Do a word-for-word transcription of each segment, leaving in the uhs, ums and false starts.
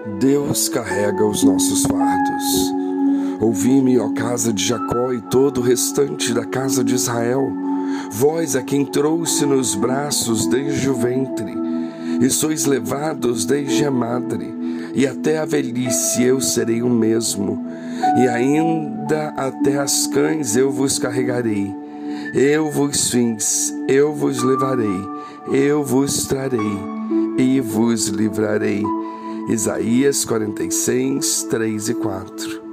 Deus carrega os nossos fardos. Ouvi-me, ó casa de Jacó, e todo o restante da casa de Israel, vós a quem trouxe nos braços desde o ventre, e sois levados desde a madre, e até a velhice eu serei o mesmo, e ainda até as cães eu vos carregarei. Eu vos fiz, eu vos levarei, eu vos trarei e vos livrarei. Isaías quarenta e seis, três e quatro.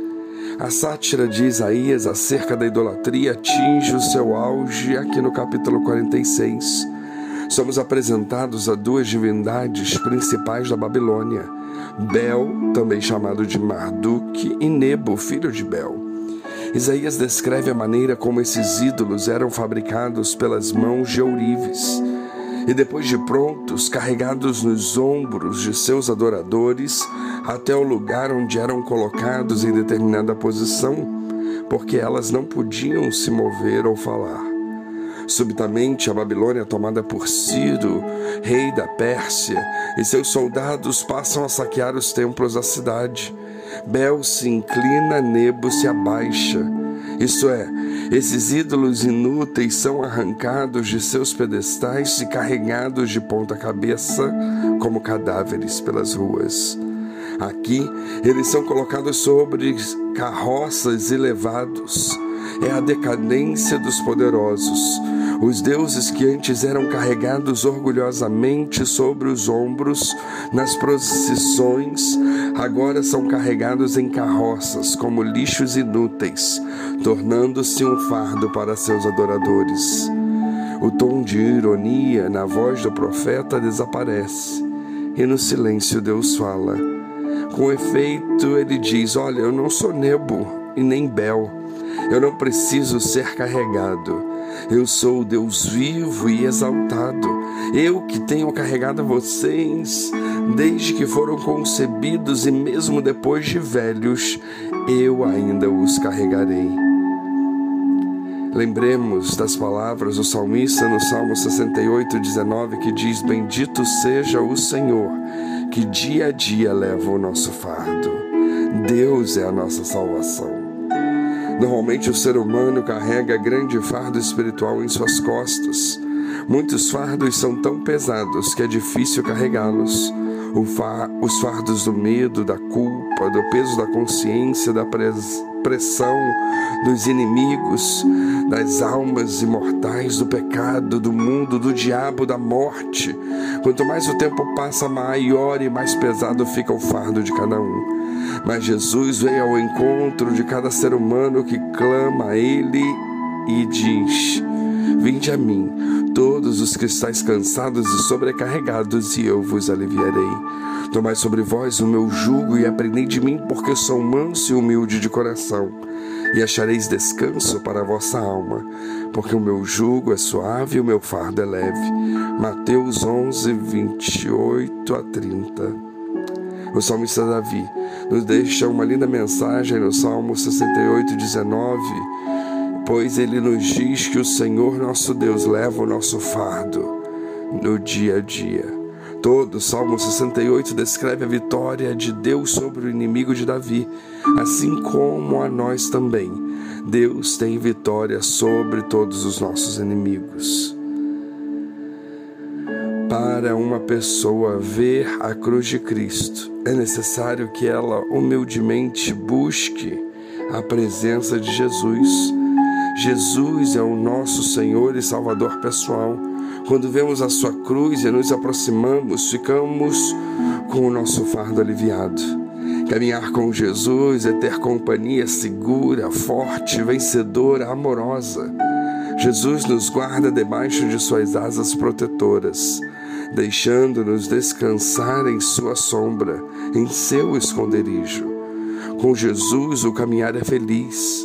A sátira de Isaías acerca da idolatria atinge o seu auge aqui no capítulo quarenta e seis. Somos apresentados a duas divindades principais da Babilônia, Bel, também chamado de Marduk, e Nebo, filho de Bel. Isaías descreve a maneira como esses ídolos eram fabricados pelas mãos de ourives, e depois de prontos, carregados nos ombros de seus adoradores até o lugar onde eram colocados em determinada posição, porque elas não podiam se mover ou falar. Subitamente, a Babilônia, tomada por Ciro, rei da Pérsia, e seus soldados passam a saquear os templos da cidade. Bel se inclina, Nebo se abaixa. Isto é, esses ídolos inúteis são arrancados de seus pedestais e carregados de ponta cabeça como cadáveres pelas ruas. Aqui, eles são colocados sobre carroças e levados. É a decadência dos poderosos. Os deuses que antes eram carregados orgulhosamente sobre os ombros nas procissões, agora são carregados em carroças como lixos inúteis, tornando-se um fardo para seus adoradores. O tom de ironia na voz do profeta desaparece, e no silêncio Deus fala. Com efeito, ele diz: olha, eu não sou Nebo e nem Bel. Eu não preciso ser carregado. Eu sou o Deus vivo e exaltado. Eu que tenho carregado vocês desde que foram concebidos, e mesmo depois de velhos, eu ainda os carregarei. Lembremos das palavras do salmista no Salmo sessenta e oito, dezenove, que diz: bendito seja o Senhor, que dia a dia leva o nosso fardo. Deus é a nossa salvação. Normalmente o ser humano carrega grande fardo espiritual em suas costas. Muitos fardos são tão pesados que é difícil carregá-los. Os fardos do medo, da culpa, do peso da consciência, da pressão dos inimigos, das almas imortais, do pecado, do mundo, do diabo, da morte. Quanto mais o tempo passa, maior e mais pesado fica o fardo de cada um. Mas Jesus veio ao encontro de cada ser humano que clama a Ele e diz: vinde a mim, todos os que estáis cansados e sobrecarregados, e eu vos aliviarei. Tomai sobre vós o meu jugo e aprendei de mim, porque sou manso e humilde de coração, e achareis descanso para a vossa alma, porque o meu jugo é suave e o meu fardo é leve. Mateus onze, vinte e oito a trinta. O salmista Davi nos deixa uma linda mensagem no Salmo sessenta e oito, dezenove, pois ele nos diz que o Senhor nosso Deus leva o nosso fardo no dia a dia. Todo o Salmo sessenta e oito descreve a vitória de Deus sobre o inimigo de Davi, assim como a nós também. Deus tem vitória sobre todos os nossos inimigos. Para uma pessoa ver a cruz de Cristo, é necessário que ela humildemente busque a presença de Jesus. Jesus é o nosso Senhor e Salvador pessoal. Quando vemos a sua cruz e nos aproximamos, ficamos com o nosso fardo aliviado. Caminhar com Jesus é ter companhia segura, forte, vencedora, amorosa. Jesus nos guarda debaixo de suas asas protetoras, deixando-nos descansar em sua sombra, em seu esconderijo. Com Jesus o caminhar é feliz.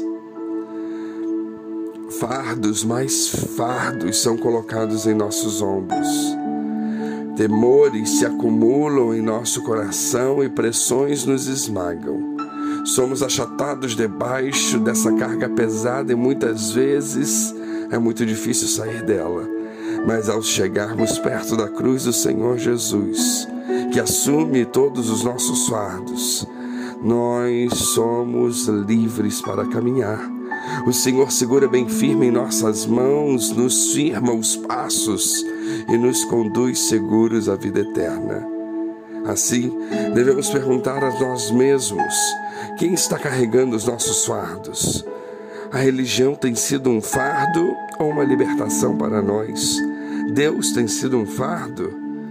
Fardos mais fardos são colocados em nossos ombros. Temores se acumulam em nosso coração e pressões nos esmagam. Somos achatados debaixo dessa carga pesada e muitas vezes é muito difícil sair dela. Mas ao chegarmos perto da cruz do Senhor Jesus, que assume todos os nossos fardos, nós somos livres para caminhar. O Senhor segura bem firme em nossas mãos, nos firma os passos e nos conduz seguros à vida eterna. Assim, devemos perguntar a nós mesmos: quem está carregando os nossos fardos? A religião tem sido um fardo ou uma libertação para nós? Deus tem sido um fardo?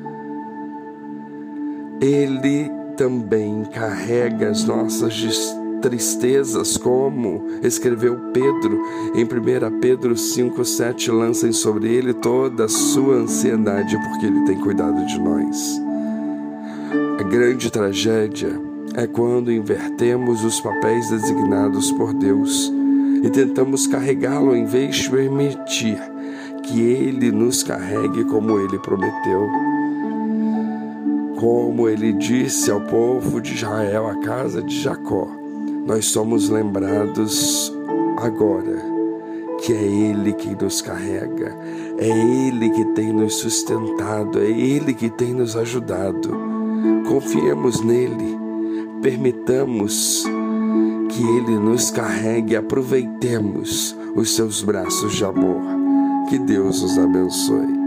Ele também carrega as nossas tristezas, como escreveu Pedro em primeira Pedro cinco, sete, lancem sobre ele toda a sua ansiedade, porque ele tem cuidado de nós. A grande tragédia é quando invertemos os papéis designados por Deus e tentamos carregá-lo em vez de permitir que ele nos carregue como ele prometeu. Como ele disse ao povo de Israel, à casa de Jacó, nós somos lembrados agora que é Ele quem nos carrega, é Ele que tem nos sustentado, é Ele que tem nos ajudado. Confiemos nele, permitamos que Ele nos carregue, aproveitemos os seus braços de amor. Que Deus os abençoe.